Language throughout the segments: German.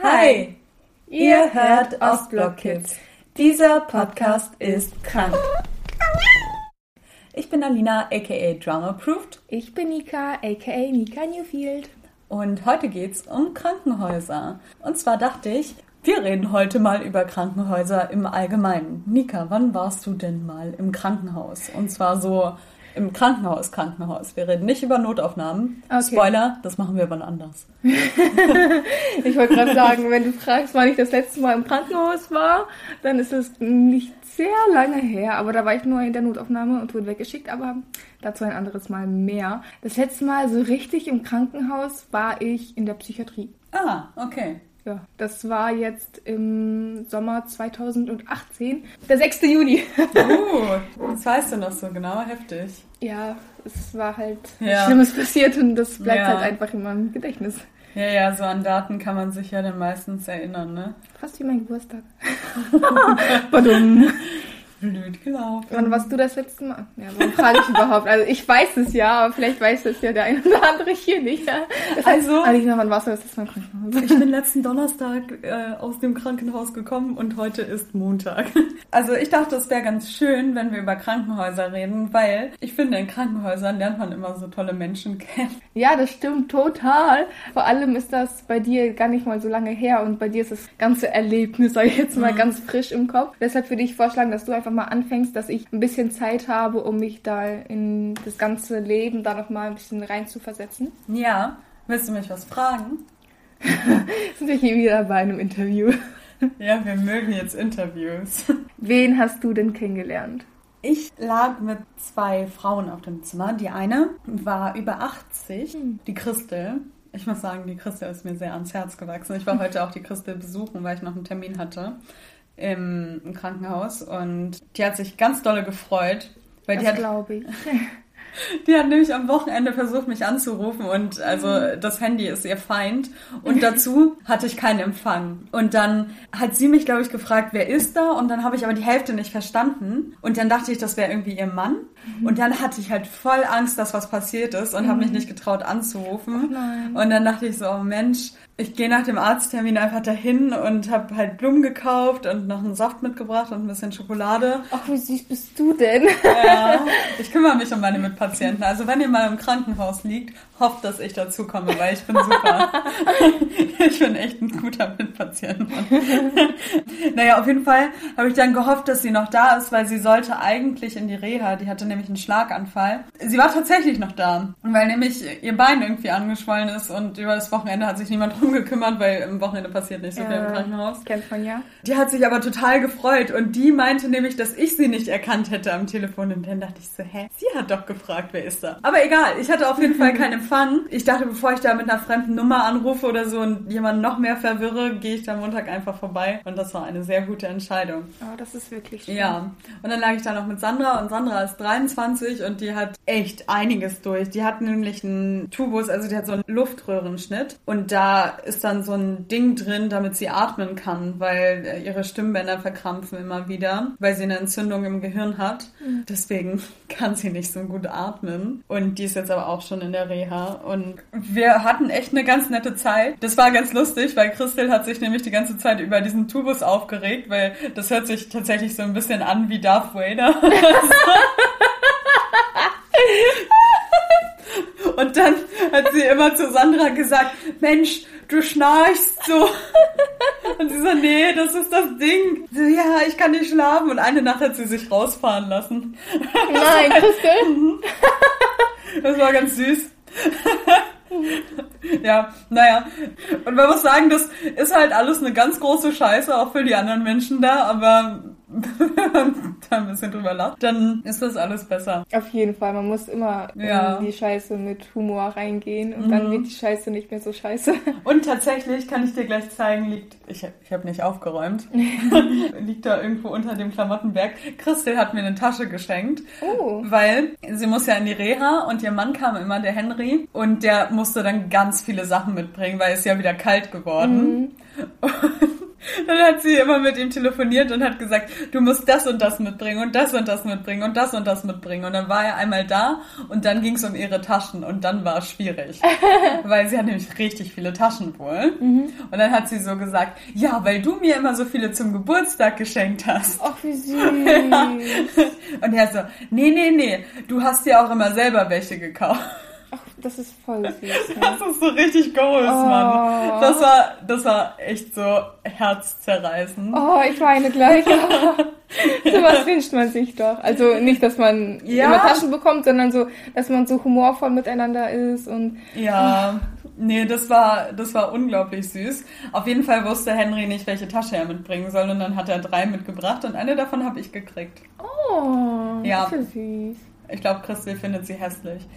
Hi, ihr hört Ostblock Kids. Dieser Podcast ist krank. Ich bin Alina, aka Drama-Approved. Ich bin Nika, aka Nika Newfield. Und heute geht's um Krankenhäuser. Und zwar dachte ich, wir reden heute mal über Krankenhäuser im Allgemeinen. Nika, wann warst du denn mal im Krankenhaus? Und zwar so im Krankenhaus. Wir reden nicht über Notaufnahmen. Okay. Spoiler, das machen wir wann anders. Ich wollte gerade sagen, wenn du fragst, wann ich das letzte Mal im Krankenhaus war, dann ist es nicht sehr lange her. Aber da war ich nur in der Notaufnahme und wurde weggeschickt. Aber dazu ein anderes Mal mehr. Das letzte Mal so richtig im Krankenhaus war ich in der Psychiatrie. Ah, okay. Ja, das war jetzt im Sommer 2018, der 6. Juni. Das weißt du noch so genau, heftig. Ja, es war halt Schlimmes passiert und das bleibt halt einfach in meinem Gedächtnis. Ja, so an Daten kann man sich ja dann meistens erinnern, ne? Fast wie mein Geburtstag. Badum. Blöd gelaufen. Wann warst du das letzte Mal? Ja, warum frage ich überhaupt? Also ich weiß es ja, aber vielleicht weiß es ja der eine oder andere hier nicht. Ja? Alina, wann warst du das letzte Mal im Krankenhaus? Ich bin letzten Donnerstag aus dem Krankenhaus gekommen und heute ist Montag. Also ich dachte, es wäre ganz schön, wenn wir über Krankenhäuser reden, weil ich finde, in Krankenhäusern lernt man immer so tolle Menschen kennen. Ja, das stimmt total. Vor allem ist das bei dir gar nicht mal so lange her und bei dir ist das ganze Erlebnis, sag ich jetzt mal, ganz frisch im Kopf. Deshalb würde ich vorschlagen, dass du einfach mal anfängst, dass ich ein bisschen Zeit habe, um mich da in das ganze Leben da noch mal ein bisschen rein zu versetzen. Ja, willst du mich was fragen? Sind wir hier wieder bei einem Interview? Ja, wir mögen jetzt Interviews. Wen hast du denn kennengelernt? Ich lag mit 2 Frauen auf dem Zimmer. Die eine war über 80, die Christel. Ich muss sagen, die Christel ist mir sehr ans Herz gewachsen. Ich war heute auch die Christel besuchen, weil ich noch einen Termin hatte im Krankenhaus. Und die hat sich ganz dolle gefreut. Weil das glaube ich. Die hat nämlich am Wochenende versucht, mich anzurufen und also das Handy ist ihr Feind und dazu hatte ich keinen Empfang. Und dann hat sie mich, glaube ich, gefragt, wer ist da? Und dann habe ich aber die Hälfte nicht verstanden und dann dachte ich, das wäre irgendwie ihr Mann. Und dann hatte ich halt voll Angst, dass was passiert ist und habe mich nicht getraut anzurufen. Und dann dachte ich so, oh Mensch, ich gehe nach dem Arzttermin einfach dahin und habe halt Blumen gekauft und noch einen Saft mitgebracht und ein bisschen Schokolade. Ach, wie süß bist du denn? Ja, ich kümmere mich um meine Mitpatienten. Also wenn ihr mal im Krankenhaus liegt, hofft, dass ich dazu komme, weil ich bin super. Ich bin echt ein guter Mitpatient. Naja, auf jeden Fall habe ich dann gehofft, dass sie noch da ist, weil sie sollte eigentlich in die Reha. Die hatte nämlich einen Schlaganfall. Sie war tatsächlich noch da, weil nämlich ihr Bein irgendwie angeschwollen ist und über das Wochenende hat sich niemand drum gekümmert, weil im Wochenende passiert nicht so viel im Krankenhaus. Kennt man ja. Die hat sich aber total gefreut und die meinte nämlich, dass ich sie nicht erkannt hätte am Telefon und dann dachte ich so, sie hat doch gefragt, wer ist da? Aber egal, ich hatte auf jeden Fall keinen Empfang. Ich dachte, bevor ich da mit einer fremden Nummer anrufe oder so und jemanden noch mehr verwirre, gehe ich da Montag einfach vorbei und das war eine sehr gute Entscheidung. Oh, das ist wirklich schön. Ja, und dann lag ich da noch mit Sandra und Sandra ist 23 und die hat echt einiges durch. Die hat nämlich einen Tubus, also die hat so einen Luftröhrenschnitt und da ist dann so ein Ding drin, damit sie atmen kann, weil ihre Stimmbänder verkrampfen immer wieder, weil sie eine Entzündung im Gehirn hat. Deswegen kann sie nicht so gut atmen. Und die ist jetzt aber auch schon in der Reha. Und wir hatten echt eine ganz nette Zeit. Das war ganz lustig, weil Christel hat sich nämlich die ganze Zeit über diesen Tubus aufgeregt, weil das hört sich tatsächlich so ein bisschen an wie Darth Vader. Und dann hat sie immer zu Sandra gesagt, Mensch, du schnarchst so. Und sie so, nee, das ist das Ding. So, ja, ich kann nicht schlafen. Und eine Nacht hat sie sich rausfahren lassen. Nein, Christel. Das war ganz süß. Ja, naja. Und man muss sagen, das ist halt alles eine ganz große Scheiße, auch für die anderen Menschen da, aber wenn man da ein bisschen drüber lacht, dann ist das alles besser. Auf jeden Fall, man muss immer in die Scheiße mit Humor reingehen und dann wird die Scheiße nicht mehr so scheiße. Und tatsächlich kann ich dir gleich zeigen, ich habe nicht aufgeräumt, liegt da irgendwo unter dem Klamottenberg. Christel hat mir eine Tasche geschenkt, weil sie muss ja in die Reha und ihr Mann kam immer, der Henry, und der musste dann ganz viele Sachen mitbringen, weil es ja wieder kalt geworden. Dann hat sie immer mit ihm telefoniert und hat gesagt, du musst das und das mitbringen und das und das mitbringen und das und das mitbringen. Und dann war er einmal da und dann ging es um ihre Taschen und dann war es schwierig. Weil sie hat nämlich richtig viele Taschen wohl. Und dann hat sie so gesagt, ja, weil du mir immer so viele zum Geburtstag geschenkt hast. Ach, wie süß. Ja. Und er so, nee, du hast dir auch immer selber welche gekauft. Ach, das ist voll süß. Ne? Das ist so richtig groß, Mann. Das war echt so herzzerreißend. Oh, ich weine gleich. Sowas wünscht man sich doch. Also nicht, dass man immer Taschen bekommt, sondern so, dass man so humorvoll miteinander ist und... Ja, nee, das war unglaublich süß. Auf jeden Fall wusste Henry nicht, welche Tasche er mitbringen soll und dann hat er 3 mitgebracht und eine davon habe ich gekriegt. Oh, ja. Das ist süß. Ich glaube, Christel findet sie hässlich.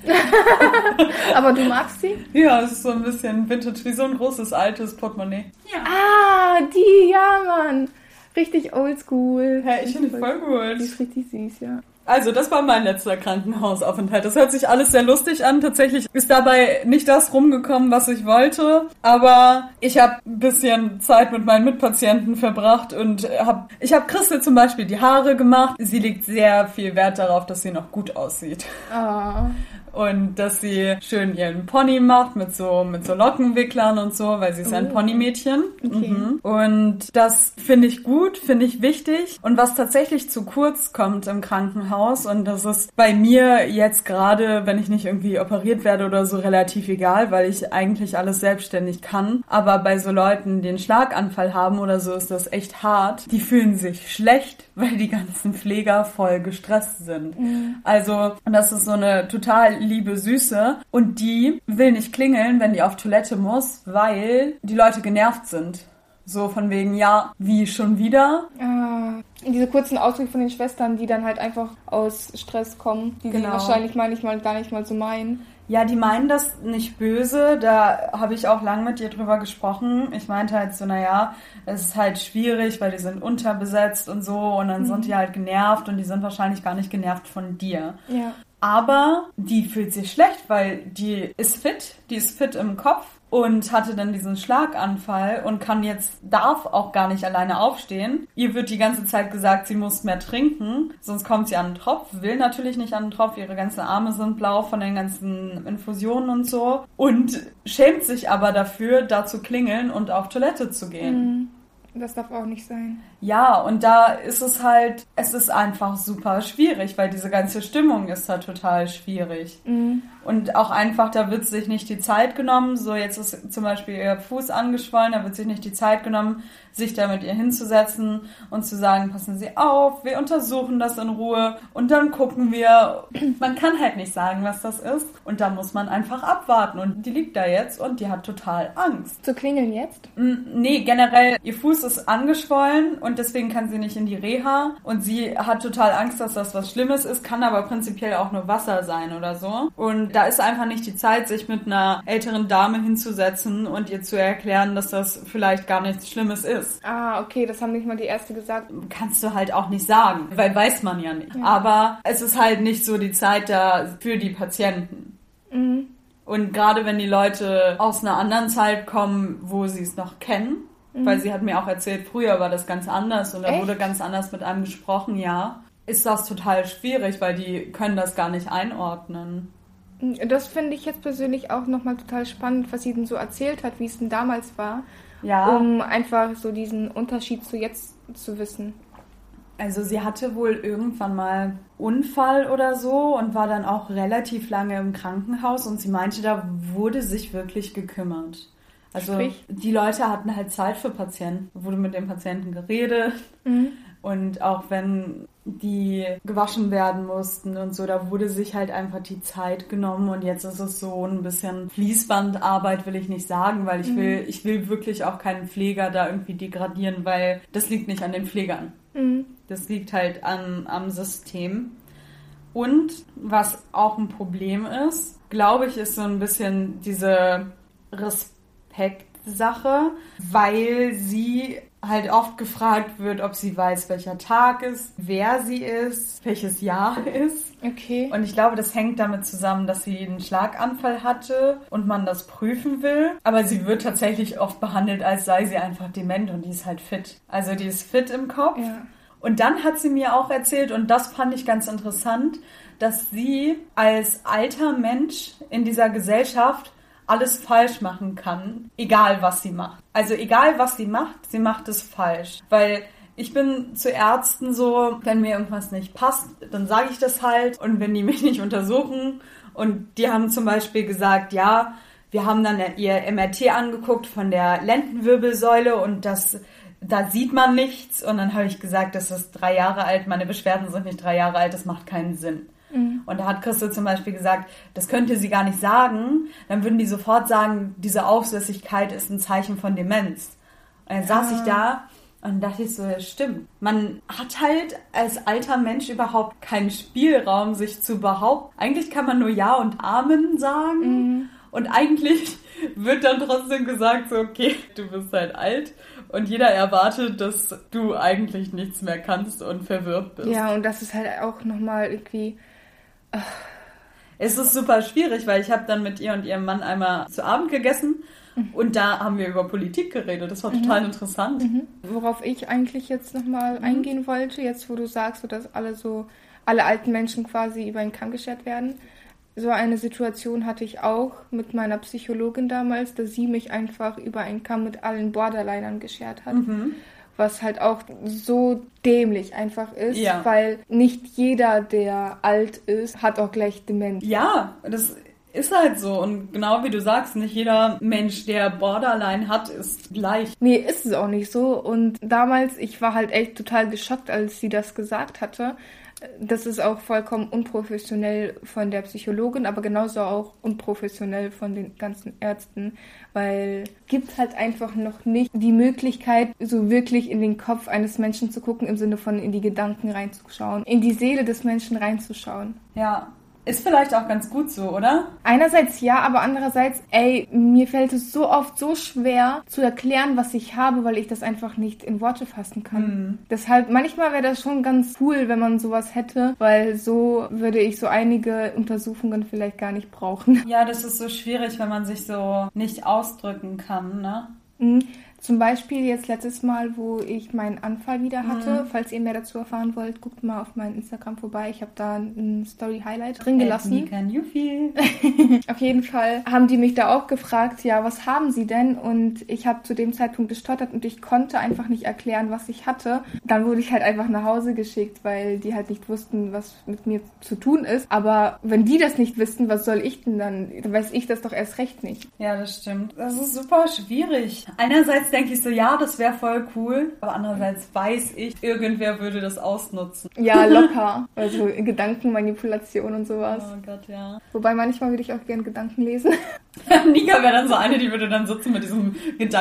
Aber du magst sie? Ja, es ist so ein bisschen vintage, wie so ein großes, altes Portemonnaie. Ja. Ah, die, ja, Mann. Richtig oldschool. Hey, ich finde die voll gut. Die ist richtig süß, ja. Also, das war mein letzter Krankenhausaufenthalt. Das hört sich alles sehr lustig an. Tatsächlich ist dabei nicht das rumgekommen, was ich wollte. Aber ich habe ein bisschen Zeit mit meinen Mitpatienten verbracht und ich habe Christel zum Beispiel die Haare gemacht. Sie legt sehr viel Wert darauf, dass sie noch gut aussieht. Oh. Und dass sie schön ihren Pony macht mit so Lockenwicklern und so, weil sie ist ein Ponymädchen. Okay. Und das finde ich gut, finde ich wichtig. Und was tatsächlich zu kurz kommt im Krankenhaus, und das ist bei mir jetzt gerade, wenn ich nicht irgendwie operiert werde oder so, relativ egal, weil ich eigentlich alles selbstständig kann. Aber bei so Leuten, die einen Schlaganfall haben oder so, ist das echt hart. Die fühlen sich schlecht, weil die ganzen Pfleger voll gestresst sind. Also, das ist so eine total liebe Süße und die will nicht klingeln, wenn die auf Toilette muss, weil die Leute genervt sind. So von wegen, ja, wie schon wieder? Diese kurzen Ausdrücke von den Schwestern, die dann halt einfach aus Stress kommen, die sie wahrscheinlich manchmal gar nicht mal so meinen. Ja, die meinen das nicht böse, da habe ich auch lang mit ihr drüber gesprochen. Ich meinte halt so, naja, es ist halt schwierig, weil die sind unterbesetzt und so und dann sind die halt genervt und die sind wahrscheinlich gar nicht genervt von dir. Ja. Aber die fühlt sich schlecht, weil die ist fit im Kopf und hatte dann diesen Schlaganfall und darf auch gar nicht alleine aufstehen. Ihr wird die ganze Zeit gesagt, sie muss mehr trinken, sonst kommt sie an den Tropf, will natürlich nicht an den Tropf, ihre ganzen Arme sind blau von den ganzen Infusionen und so und schämt sich aber dafür, da zu klingeln und auf Toilette zu gehen. Das darf auch nicht sein. Ja, und da ist es ist einfach super schwierig, weil diese ganze Stimmung ist da total schwierig. Und auch einfach, da wird sich nicht die Zeit genommen, so jetzt ist zum Beispiel ihr Fuß angeschwollen, da wird sich nicht die Zeit genommen, sich da mit ihr hinzusetzen und zu sagen, passen Sie auf, wir untersuchen das in Ruhe und dann gucken wir. Man kann halt nicht sagen, was das ist und da muss man einfach abwarten und die liegt da jetzt und die hat total Angst. Zu klingeln jetzt? Nee, generell, ihr Fuß ist angeschwollen und deswegen kann sie nicht in die Reha und sie hat total Angst, dass das was Schlimmes ist, kann aber prinzipiell auch nur Wasser sein oder so. Und da ist einfach nicht die Zeit, sich mit einer älteren Dame hinzusetzen und ihr zu erklären, dass das vielleicht gar nichts Schlimmes ist. Ah, okay, das haben nicht mal die Ärzte gesagt. Kannst du halt auch nicht sagen, weil weiß man ja nicht. Ja. Aber es ist halt nicht so die Zeit da für die Patienten. Und gerade wenn die Leute aus einer anderen Zeit kommen, wo sie es noch kennen, weil sie hat mir auch erzählt, früher war das ganz anders und da wurde ganz anders mit einem gesprochen, ja, ist das total schwierig, weil die können das gar nicht einordnen. Das finde ich jetzt persönlich auch nochmal total spannend, was sie denn so erzählt hat, wie es denn damals war, um einfach so diesen Unterschied zu jetzt zu wissen. Also sie hatte wohl irgendwann mal Unfall oder so und war dann auch relativ lange im Krankenhaus und sie meinte, da wurde sich wirklich gekümmert. Also die Leute hatten halt Zeit für Patienten, wurde mit den Patienten geredet und auch wenn die gewaschen werden mussten und so, da wurde sich halt einfach die Zeit genommen und jetzt ist es so ein bisschen Fließbandarbeit, will ich nicht sagen, weil ich will wirklich auch keinen Pfleger da irgendwie degradieren, weil das liegt nicht an den Pflegern. Das liegt halt am System. Und was auch ein Problem ist, glaube ich, ist so ein bisschen diese Sache, weil sie halt oft gefragt wird, ob sie weiß, welcher Tag ist, wer sie ist, welches Jahr ist. Okay. Und ich glaube, das hängt damit zusammen, dass sie einen Schlaganfall hatte und man das prüfen will. Aber sie wird tatsächlich oft behandelt, als sei sie einfach dement und die ist halt fit. Also die ist fit im Kopf. Ja. Und dann hat sie mir auch erzählt, und das fand ich ganz interessant, dass sie als alter Mensch in dieser Gesellschaft alles falsch machen kann, egal was sie macht. Also egal was sie macht es falsch. Weil ich bin zu Ärzten so, wenn mir irgendwas nicht passt, dann sage ich das halt. Und wenn die mich nicht untersuchen und die haben zum Beispiel gesagt, ja, wir haben dann ihr MRT angeguckt von der Lendenwirbelsäule und da sieht man nichts. Und dann habe ich gesagt, das ist 3 Jahre alt, meine Beschwerden sind nicht 3 Jahre alt, das macht keinen Sinn. Und da hat Christel zum Beispiel gesagt, das könnte sie gar nicht sagen. Dann würden die sofort sagen, diese Aufsässigkeit ist ein Zeichen von Demenz. Und dann saß ich da und dachte ich so, ja, stimmt. Man hat halt als alter Mensch überhaupt keinen Spielraum, sich zu behaupten. Eigentlich kann man nur Ja und Amen sagen. Und eigentlich wird dann trotzdem gesagt, so, okay, du bist halt alt. Und jeder erwartet, dass du eigentlich nichts mehr kannst und verwirrt bist. Ja, und das ist halt auch nochmal irgendwie... Es ist super schwierig, weil ich habe dann mit ihr und ihrem Mann einmal zu Abend gegessen und da haben wir über Politik geredet. Das war total interessant. Worauf ich eigentlich jetzt nochmal eingehen wollte, jetzt wo du sagst, so, dass alle alten Menschen quasi über einen Kamm geschert werden. So eine Situation hatte ich auch mit meiner Psychologin damals, dass sie mich einfach über einen Kamm mit allen Borderlinern geschert hat. Was halt auch so dämlich einfach ist, weil nicht jeder, der alt ist, hat auch gleich Demenz. Ja, das ist halt so. Und genau wie du sagst, nicht jeder Mensch, der Borderline hat, ist gleich. Nee, ist es auch nicht so. Und damals, ich war halt echt total geschockt, als sie das gesagt hatte. Das ist auch vollkommen unprofessionell von der Psychologin, aber genauso auch unprofessionell von den ganzen Ärzten, weil es gibt halt einfach noch nicht die Möglichkeit, so wirklich in den Kopf eines Menschen zu gucken, im Sinne von in die Gedanken reinzuschauen, in die Seele des Menschen reinzuschauen. Ja. Ist vielleicht auch ganz gut so, oder? Einerseits ja, aber andererseits, mir fällt es so oft so schwer zu erklären, was ich habe, weil ich das einfach nicht in Worte fassen kann. Deshalb, manchmal wäre das schon ganz cool, wenn man sowas hätte, weil so würde ich so einige Untersuchungen vielleicht gar nicht brauchen. Ja, das ist so schwierig, wenn man sich so nicht ausdrücken kann, ne? Zum Beispiel jetzt letztes Mal, wo ich meinen Anfall wieder hatte. Falls ihr mehr dazu erfahren wollt, guckt mal auf meinen Instagram vorbei. Ich habe da ein Story-Highlight drin gelassen. Auf jeden Fall haben die mich da auch gefragt, ja, was haben sie denn? Und ich habe zu dem Zeitpunkt gestottert und ich konnte einfach nicht erklären, was ich hatte. Dann wurde ich halt einfach nach Hause geschickt, weil die halt nicht wussten, was mit mir zu tun ist. Aber wenn die das nicht wissen, was soll ich denn dann? Dann weiß ich das doch erst recht nicht. Ja, das stimmt. Das ist super schwierig. Einerseits denke ich so, ja, das wäre voll cool. Aber andererseits weiß ich, irgendwer würde das ausnutzen. Ja, locker. Also Gedankenmanipulation und sowas. Oh Gott, ja. Wobei manchmal würde ich auch gerne Gedanken lesen. Nika wäre dann so eine, die würde dann sitzen mit diesem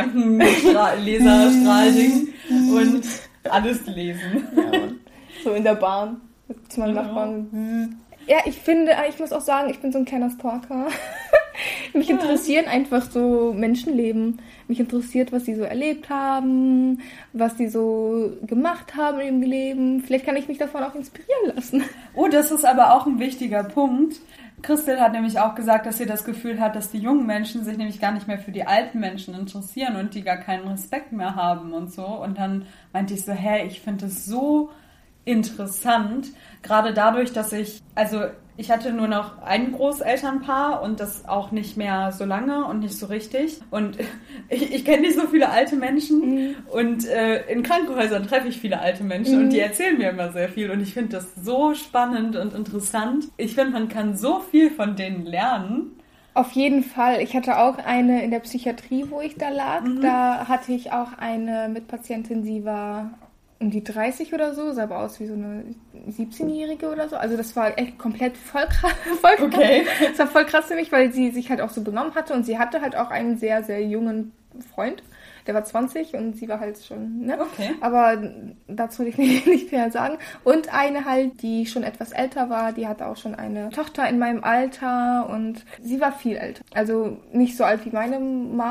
Gedankenleserstrahl-Ding und alles lesen. Ja, so in der Bahn zu meinem Nachbarn. Ja, ich muss auch sagen, ich bin so ein kleiner Stalker. Mich interessieren einfach so Menschenleben. Mich interessiert, was sie so erlebt haben, was sie so gemacht haben im Leben. Vielleicht kann ich mich davon auch inspirieren lassen. Oh, das ist aber auch ein wichtiger Punkt. Christel hat nämlich auch gesagt, dass sie das Gefühl hat, dass die jungen Menschen sich nämlich gar nicht mehr für die alten Menschen interessieren und die gar keinen Respekt mehr haben und so. Und dann meinte ich so, ich finde es so interessant, gerade dadurch, dass ich hatte nur noch ein Großelternpaar und das auch nicht mehr so lange und nicht so richtig. Und ich kenne nicht so viele alte Menschen und in Krankenhäusern treffe ich viele alte Menschen und die erzählen mir immer sehr viel und ich finde das so spannend und interessant. Ich finde, man kann so viel von denen lernen. Auf jeden Fall. Ich hatte auch eine in der Psychiatrie, wo ich da lag. Da hatte ich auch eine Mitpatientin, sie war um die 30 oder so, sah aber aus wie so eine 17-Jährige oder so. Also das war echt komplett voll krass. Okay. Das war voll krass für mich, weil sie sich halt auch so benommen hatte und sie hatte halt auch einen sehr, sehr jungen Freund. Der war 20 und sie war halt schon, ne? Okay. Aber dazu will ich nicht mehr sagen. Und eine halt, die schon etwas älter war, die hatte auch schon eine Tochter in meinem Alter und sie war viel älter. Also nicht so alt wie meine Mom,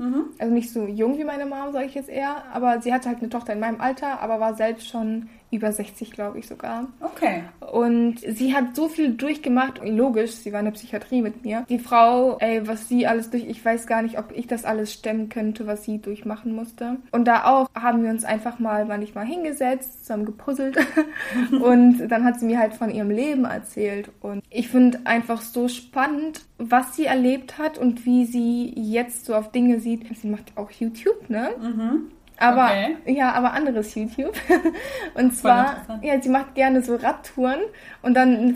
Also nicht so jung wie meine Mom, sage ich jetzt eher, aber sie hatte halt eine Tochter in meinem Alter, aber war selbst schon über 60, glaube ich sogar. Okay. Und sie hat so viel durchgemacht. Logisch, sie war in der Psychiatrie mit mir. Die Frau, was sie alles ich weiß gar nicht, ob ich das alles stemmen könnte, was sie durchmachen musste. Und da auch haben wir uns einfach mal manchmal hingesetzt, zusammen gepuzzelt. Und dann hat sie mir halt von ihrem Leben erzählt. Und ich finde einfach so spannend, was sie erlebt hat und wie sie jetzt so auf Dinge sieht. Sie macht auch YouTube, ne? Aber, aber anderes YouTube. Und zwar, sie macht gerne so Radtouren und dann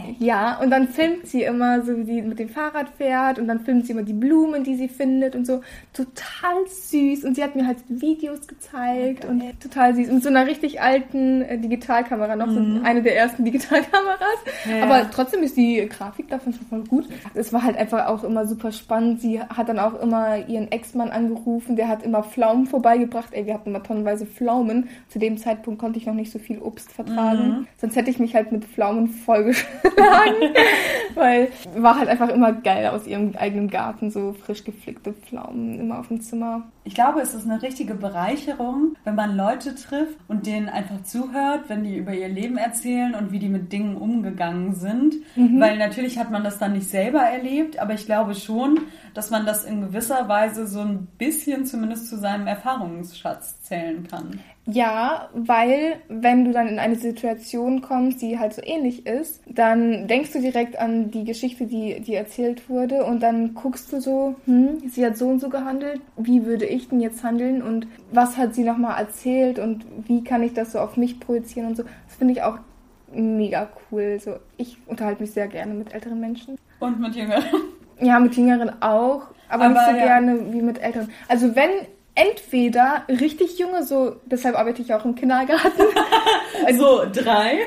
filmt sie immer so, wie sie mit dem Fahrrad fährt und dann filmt sie immer die Blumen, die sie findet und so. Total süß. Und sie hat mir halt Videos gezeigt und total süß. Und mit so einer richtig alten Digitalkamera noch, so eine der ersten Digitalkameras. Ja. Aber trotzdem ist die Grafik davon schon voll gut. Es war halt einfach auch immer super spannend. Sie hat dann auch immer ihren Ex-Mann angerufen, der hat immer Pflaumen vorbeigebracht. Wir hatten immer tonnenweise Pflaumen. Zu dem Zeitpunkt konnte ich noch nicht so viel Obst vertragen. Sonst hätte ich mich halt mit Pflaumen vollgeschlagen. Weil war halt einfach immer geil aus ihrem eigenen Garten, so frisch gepflückte Pflaumen immer auf dem Zimmer. Ich glaube, es ist eine richtige Bereicherung, wenn man Leute trifft und denen einfach zuhört, wenn die über ihr Leben erzählen und wie die mit Dingen umgegangen sind. Weil natürlich hat man das dann nicht selber erlebt, aber ich glaube schon, dass man das in gewisser Weise so ein bisschen zumindest zu seinem Erfahrungsschatz zählen kann. Ja, weil wenn du dann in eine Situation kommst, die halt so ähnlich ist, dann denkst du direkt an die Geschichte, die erzählt wurde und dann guckst du so, sie hat so und so gehandelt, wie würde ich denn jetzt handeln und was hat sie nochmal erzählt und wie kann ich das so auf mich projizieren und so. Das finde ich auch mega cool. So, ich unterhalte mich sehr gerne mit älteren Menschen. Und mit Jüngeren? Ja, mit Jüngeren auch, aber nicht so gerne wie mit Älteren. Also wenn entweder richtig junge, so, deshalb arbeite ich auch im Kindergarten. So 3?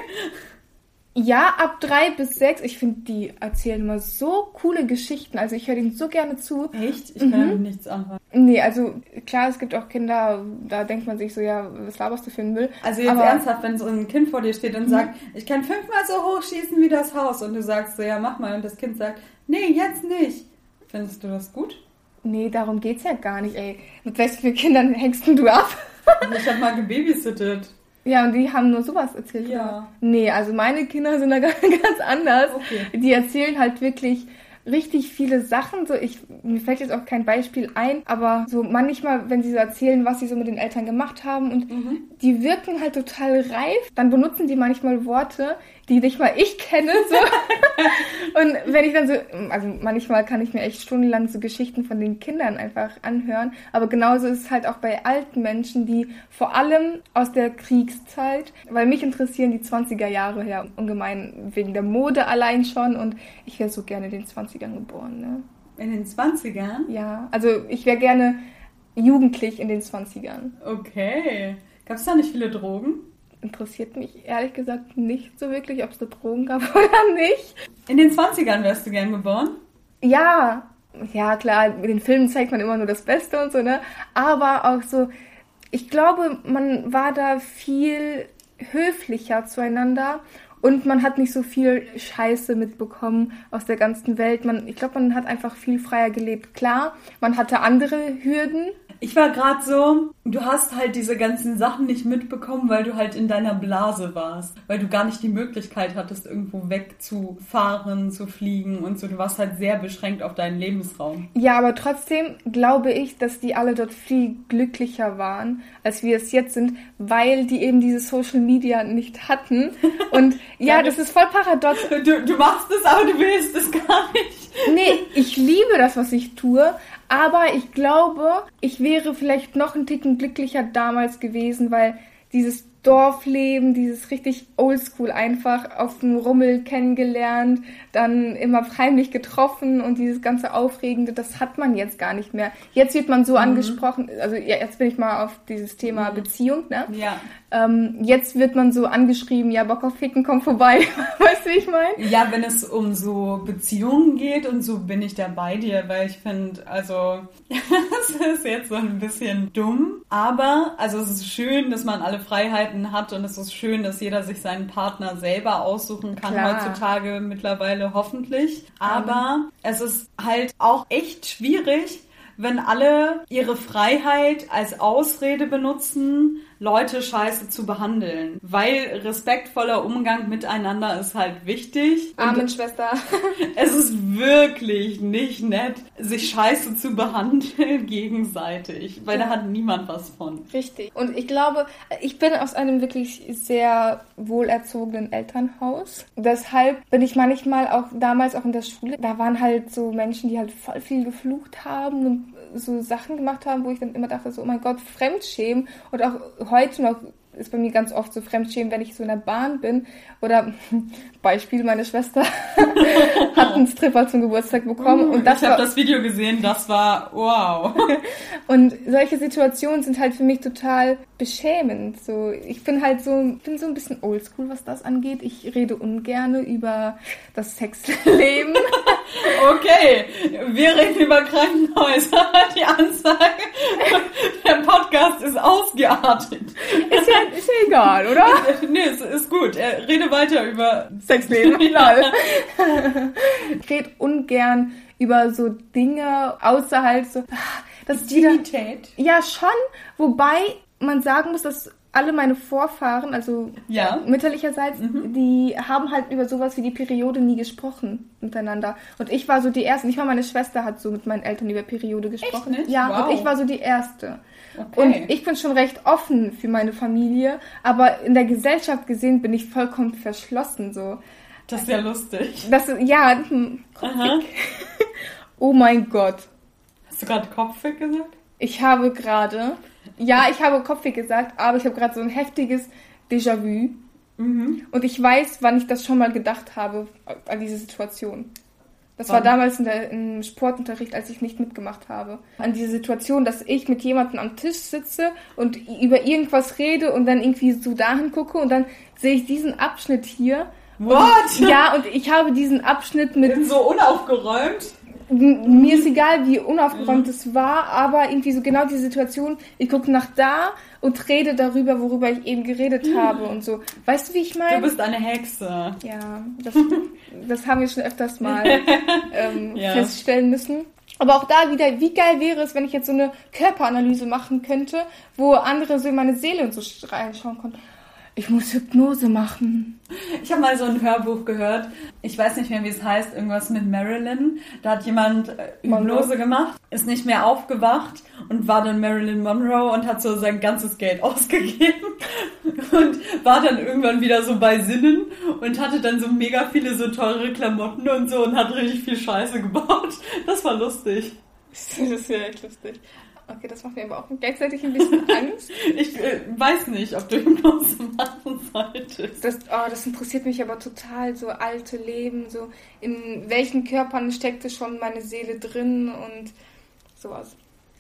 Ja, ab 3 bis 6. Ich finde, die erzählen immer so coole Geschichten. Also ich höre denen so gerne zu. Echt? Ich kann damit nichts anfangen. Nee, also klar, es gibt auch Kinder, da denkt man sich so, ja, was laberst du für einen Müll? Also jetzt ernsthaft, wenn so ein Kind vor dir steht und sagt, ich kann 5-mal so hoch schießen wie das Haus und du sagst so, ja, mach mal. Und das Kind sagt, nee, jetzt nicht. Findest du das gut? Nee, darum geht's ja gar nicht, ey. Mit welchen Kindern hängst denn du ab? Ich hab mal gebabysittet. Ja, und die haben nur sowas erzählt? Ja. Oder? Nee, also meine Kinder sind da ganz anders. Okay. Die erzählen halt wirklich richtig viele Sachen. So, mir fällt jetzt auch kein Beispiel ein, aber so manchmal, wenn sie so erzählen, was sie so mit den Eltern gemacht haben und die wirken halt total reif, dann benutzen die manchmal Worte, die nicht mal ich kenne. So. Und wenn ich dann so, also manchmal kann ich mir echt stundenlang so Geschichten von den Kindern einfach anhören, aber genauso ist es halt auch bei alten Menschen, die vor allem aus der Kriegszeit, weil mich interessieren die 20er Jahre her ungemein wegen der Mode allein schon und ich wäre so gerne in den 20ern geboren. Ne? In den 20ern? Ja, also ich wäre gerne jugendlich in den 20ern. Okay. Gab es da nicht viele Drogen? Interessiert mich ehrlich gesagt nicht so wirklich, ob es da Drogen gab oder nicht. In den 20ern wärst du gern geboren? Ja, klar, in den Filmen zeigt man immer nur das Beste und so, ne? Aber auch so, ich glaube, man war da viel höflicher zueinander und man hat nicht so viel Scheiße mitbekommen aus der ganzen Welt. Ich glaube, man hat einfach viel freier gelebt. Klar, man hatte andere Hürden. Ich war gerade so, du hast halt diese ganzen Sachen nicht mitbekommen, weil du halt in deiner Blase warst. Weil du gar nicht die Möglichkeit hattest, irgendwo wegzufahren, zu fliegen und so. Du warst halt sehr beschränkt auf deinen Lebensraum. Ja, aber trotzdem glaube ich, dass die alle dort viel glücklicher waren, als wir es jetzt sind, weil die eben diese Social Media nicht hatten. Und ja, das ist voll paradox. Du machst es, aber du willst es gar nicht. Nee, ich liebe das, was ich tue. Aber ich glaube, ich wäre vielleicht noch einen Ticken glücklicher damals gewesen, weil dieses Dorfleben, dieses richtig oldschool einfach auf dem Rummel kennengelernt, dann immer heimlich getroffen und dieses ganze Aufregende, das hat man jetzt gar nicht mehr. Jetzt wird man so angesprochen, also jetzt bin ich mal auf dieses Thema Beziehung, ne? Ja. Jetzt wird man so angeschrieben, ja, Bock auf Ficken, komm vorbei. Weißt du, wie ich meine? Ja, wenn es um so Beziehungen geht und so bin ich da bei dir, weil ich finde, also, das ist jetzt so ein bisschen dumm, aber, also es ist schön, dass man alle Freiheiten hat und es ist schön, dass jeder sich seinen Partner selber aussuchen kann, Klar. Heutzutage mittlerweile hoffentlich, aber es ist halt auch echt schwierig, wenn alle ihre Freiheit als Ausrede benutzen, Leute scheiße zu behandeln. Weil respektvoller Umgang miteinander ist halt wichtig. Amen, Schwester. Es ist wirklich nicht nett, sich scheiße zu behandeln gegenseitig. Weil da hat niemand was von. Richtig. Und ich glaube, ich bin aus einem wirklich sehr wohlerzogenen Elternhaus. Deshalb bin ich manchmal auch damals auch in der Schule, da waren halt so Menschen, die halt voll viel geflucht haben und so Sachen gemacht haben, wo ich dann immer dachte, so, oh mein Gott, Fremdschämen. Und auch heute noch ist bei mir ganz oft so Fremdschämen, wenn ich so in der Bahn bin. Oder Beispiel, meine Schwester hat einen Stripper zum Geburtstag bekommen. Und das ich habe das Video gesehen, das war wow. Und solche Situationen sind halt für mich total beschämend. So, ich bin so ein bisschen oldschool, was das angeht. Ich rede ungern über das Sexleben. Okay, wir reden über Krankenhäuser. Die Ansage, der Podcast ist ausgeartet. Ist ja egal, oder? Nee, ist gut. Rede weiter über Sexleben. Ich rede ungern über so Dinge außerhalb so... Das Intimität? Ja, schon. Wobei man sagen muss, dass alle meine Vorfahren, also mütterlicherseits, die haben halt über sowas wie die Periode nie gesprochen miteinander. Und ich war so die Erste. Nicht mal meine Schwester hat so mit meinen Eltern über Periode gesprochen. Echt nicht? Ja, wow. Und ich war so die Erste. Okay. Und ich bin schon recht offen für meine Familie, aber in der Gesellschaft gesehen bin ich vollkommen verschlossen. So. Das ist ja lustig. Kopfweg. Oh mein Gott. Hast du gerade Kopfweg gesagt? Ich habe Kopfweg gesagt, aber ich habe gerade so ein heftiges Déjà-vu. Und ich weiß, wann ich das schon mal gedacht habe, an diese Situation. Das war damals im Sportunterricht, als ich nicht mitgemacht habe. An diese Situation, dass ich mit jemandem am Tisch sitze und über irgendwas rede und dann irgendwie so dahin gucke und dann sehe ich diesen Abschnitt hier. What? Und ich habe diesen Abschnitt mit... So unaufgeräumt? Mir ist egal, wie unaufgeräumt es war, aber irgendwie so genau die Situation, ich gucke nach da und rede darüber, worüber ich eben geredet habe und so. Weißt du, wie ich meine? Du bist eine Hexe. Ja, das haben wir schon öfters mal feststellen müssen. Aber auch da wieder, wie geil wäre es, wenn ich jetzt so eine Körperanalyse machen könnte, wo andere so in meine Seele und so reinschauen konnten. Ich muss Hypnose machen. Ich habe mal so ein Hörbuch gehört. Ich weiß nicht mehr, wie es heißt. Irgendwas mit Marilyn. Da hat jemand Hypnose gemacht, ist nicht mehr aufgewacht und war dann Marilyn Monroe und hat so sein ganzes Geld ausgegeben und war dann irgendwann wieder so bei Sinnen und hatte dann so mega viele so teure Klamotten und so und hat richtig viel Scheiße gebaut. Das war lustig. Das ist ja echt lustig. Okay, das macht mir aber auch gleichzeitig ein bisschen Angst. Ich weiß nicht, ob du Hypnose machen solltest. Das interessiert mich aber total, so alte Leben, so in welchen Körpern steckte schon meine Seele drin und sowas.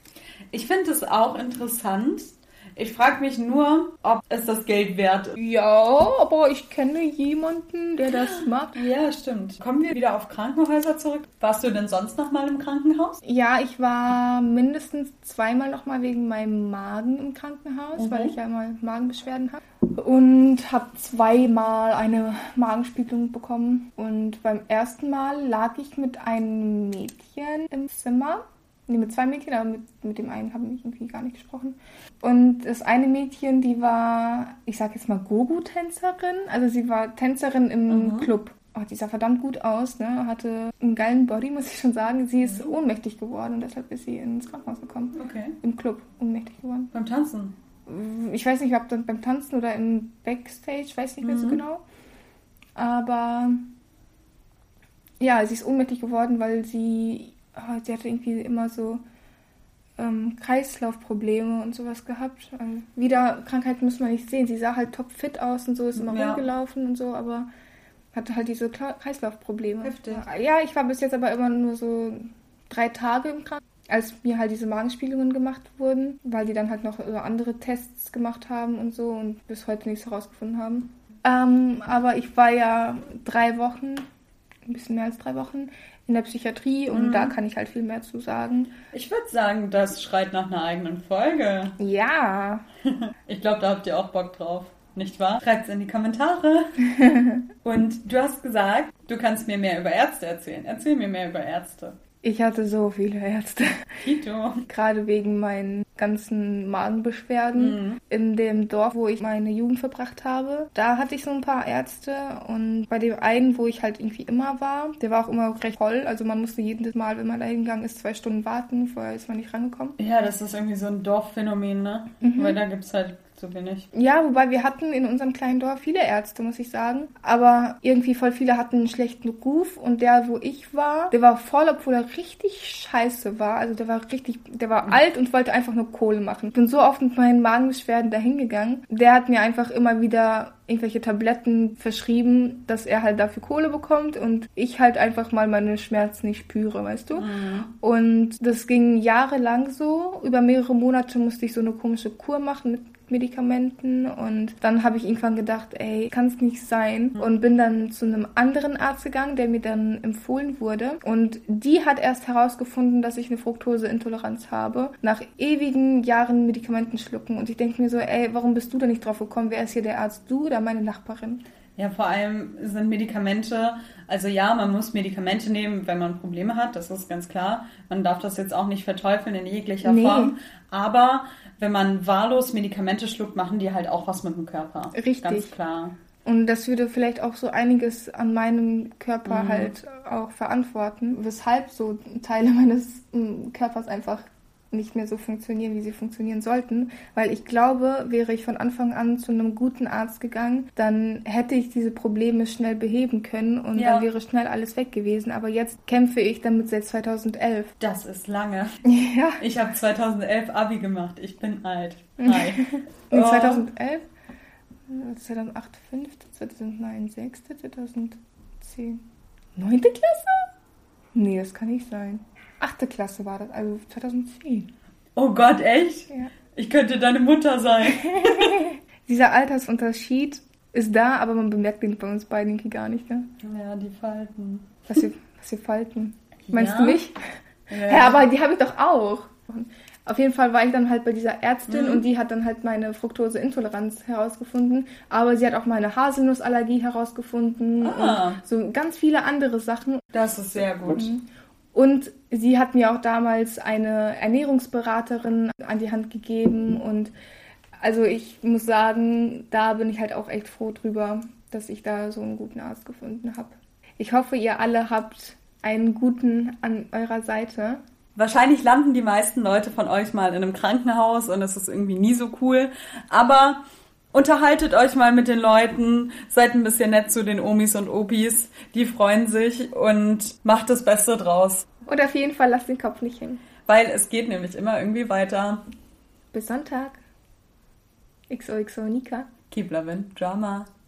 Ich finde es auch interessant. Ich frage mich nur, ob es das Geld wert ist. Ja, aber ich kenne jemanden, der das macht. Ja, stimmt. Kommen wir wieder auf Krankenhäuser zurück. Warst du denn sonst noch mal im Krankenhaus? Ja, ich war mindestens 2-mal noch mal wegen meinem Magen im Krankenhaus, weil ich ja mal Magenbeschwerden habe. Und habe 2-mal eine Magenspiegelung bekommen. Und beim ersten Mal lag ich mit einem Mädchen im Zimmer. Nee, mit 2 Mädchen, aber mit dem einen habe ich irgendwie gar nicht gesprochen. Und das eine Mädchen, die war, ich sag jetzt mal Gogo-Tänzerin. Also sie war Tänzerin im Club. Oh, die sah verdammt gut aus, ne? Hatte einen geilen Body, muss ich schon sagen. Sie ist ohnmächtig geworden und deshalb ist sie ins Krankenhaus gekommen. Okay. Im Club ohnmächtig geworden. Beim Tanzen? Ich weiß nicht, ob dann beim Tanzen oder im Backstage, weiß nicht mehr so genau. Aber ja, sie ist ohnmächtig geworden, weil sie hatte irgendwie immer so Kreislaufprobleme und sowas gehabt. Wieder Krankheiten muss man nicht sehen. Sie sah halt topfit aus und so, ist immer rumgelaufen und so, aber hatte halt diese Kreislaufprobleme. Heftig. Ja, ich war bis jetzt aber immer nur so 3 Tage im Krankenhaus, als mir halt diese Magenspiegelungen gemacht wurden, weil die dann halt noch andere Tests gemacht haben und so und bis heute nichts herausgefunden haben. Aber ich war ja 3 Wochen, ein bisschen mehr als 3 Wochen, in der Psychiatrie und da kann ich halt viel mehr zu sagen. Ich würde sagen, das schreit nach einer eigenen Folge. Ja. Ich glaube, da habt ihr auch Bock drauf, nicht wahr? Schreibt's in die Kommentare. Und du hast gesagt, du kannst mir mehr über Ärzte erzählen. Erzähl mir mehr über Ärzte. Ich hatte so viele Ärzte. Tito. Gerade wegen meinen ganzen Magenbeschwerden. In dem Dorf, wo ich meine Jugend verbracht habe, da hatte ich so ein paar Ärzte. Und bei dem einen, wo ich halt irgendwie immer war, der war auch immer recht voll. Also man musste jedes Mal, wenn man da hingegangen ist, 2 Stunden warten. Vorher ist man nicht rangekommen. Ja, das ist irgendwie so ein Dorfphänomen, ne? Weil da gibt's halt so wenig. Ja, wobei wir hatten in unserem kleinen Dorf viele Ärzte, muss ich sagen. Aber irgendwie voll viele hatten einen schlechten Ruf. Und der, wo ich war, der war voll, obwohl er richtig scheiße war. Also der war alt und wollte einfach nur Kohle machen. Ich bin so oft mit meinen Magenbeschwerden dahin gegangen. Der hat mir einfach immer wieder irgendwelche Tabletten verschrieben, dass er halt dafür Kohle bekommt und ich halt einfach mal meine Schmerzen nicht spüre, weißt du? Und das ging jahrelang so. Über mehrere Monate musste ich so eine komische Kur machen mit Medikamenten und dann habe ich irgendwann gedacht, ey, kann es nicht sein und bin dann zu einem anderen Arzt gegangen, der mir dann empfohlen wurde und die hat erst herausgefunden, dass ich eine Fructoseintoleranz habe, nach ewigen Jahren Medikamenten schlucken und ich denke mir so, ey, warum bist du da nicht drauf gekommen? Wer ist hier der Arzt? Du oder meine Nachbarin? Ja, vor allem sind Medikamente, also ja, man muss Medikamente nehmen, wenn man Probleme hat, das ist ganz klar. Man darf das jetzt auch nicht verteufeln in jeglicher Form, aber wenn man wahllos Medikamente schluckt, machen die halt auch was mit dem Körper. Richtig. Ganz klar. Und das würde vielleicht auch so einiges an meinem Körper halt auch verantworten, weshalb so Teile meines Körpers einfach nicht mehr so funktionieren, wie sie funktionieren sollten. Weil ich glaube, wäre ich von Anfang an zu einem guten Arzt gegangen, dann hätte ich diese Probleme schnell beheben können und dann wäre schnell alles weg gewesen. Aber jetzt kämpfe ich damit seit 2011. Das ist lange. Ja. Ich habe 2011 Abi gemacht. Ich bin alt. Hi. 2011? 2008 5., 2009 6., 2010 9. Klasse? Nee, das kann nicht sein. 8. Klasse war das, also 2010. Oh Gott, echt? Ja. Ich könnte deine Mutter sein. Dieser Altersunterschied ist da, aber man bemerkt ihn bei uns beiden irgendwie gar nicht, ne? Ja, die Falten. Was wir falten. Meinst Ja? du mich? Ja, aber die habe ich doch auch. Auf jeden Fall war ich dann halt bei dieser Ärztin und die hat dann halt meine Fructoseintoleranz herausgefunden. Aber sie hat auch meine Haselnussallergie herausgefunden und so ganz viele andere Sachen. Das ist sehr gut. Und sie hat mir auch damals eine Ernährungsberaterin an die Hand gegeben. Und also ich muss sagen, da bin ich halt auch echt froh drüber, dass ich da so einen guten Arzt gefunden habe. Ich hoffe, ihr alle habt einen guten an eurer Seite. Wahrscheinlich landen die meisten Leute von euch mal in einem Krankenhaus und es ist irgendwie nie so cool. Aber unterhaltet euch mal mit den Leuten, seid ein bisschen nett zu den Omis und Opis. Die freuen sich und macht das Beste draus. Und auf jeden Fall lasst den Kopf nicht hängen. Weil es geht nämlich immer irgendwie weiter. Bis Sonntag. XOXO Nika. Keep loving Drama.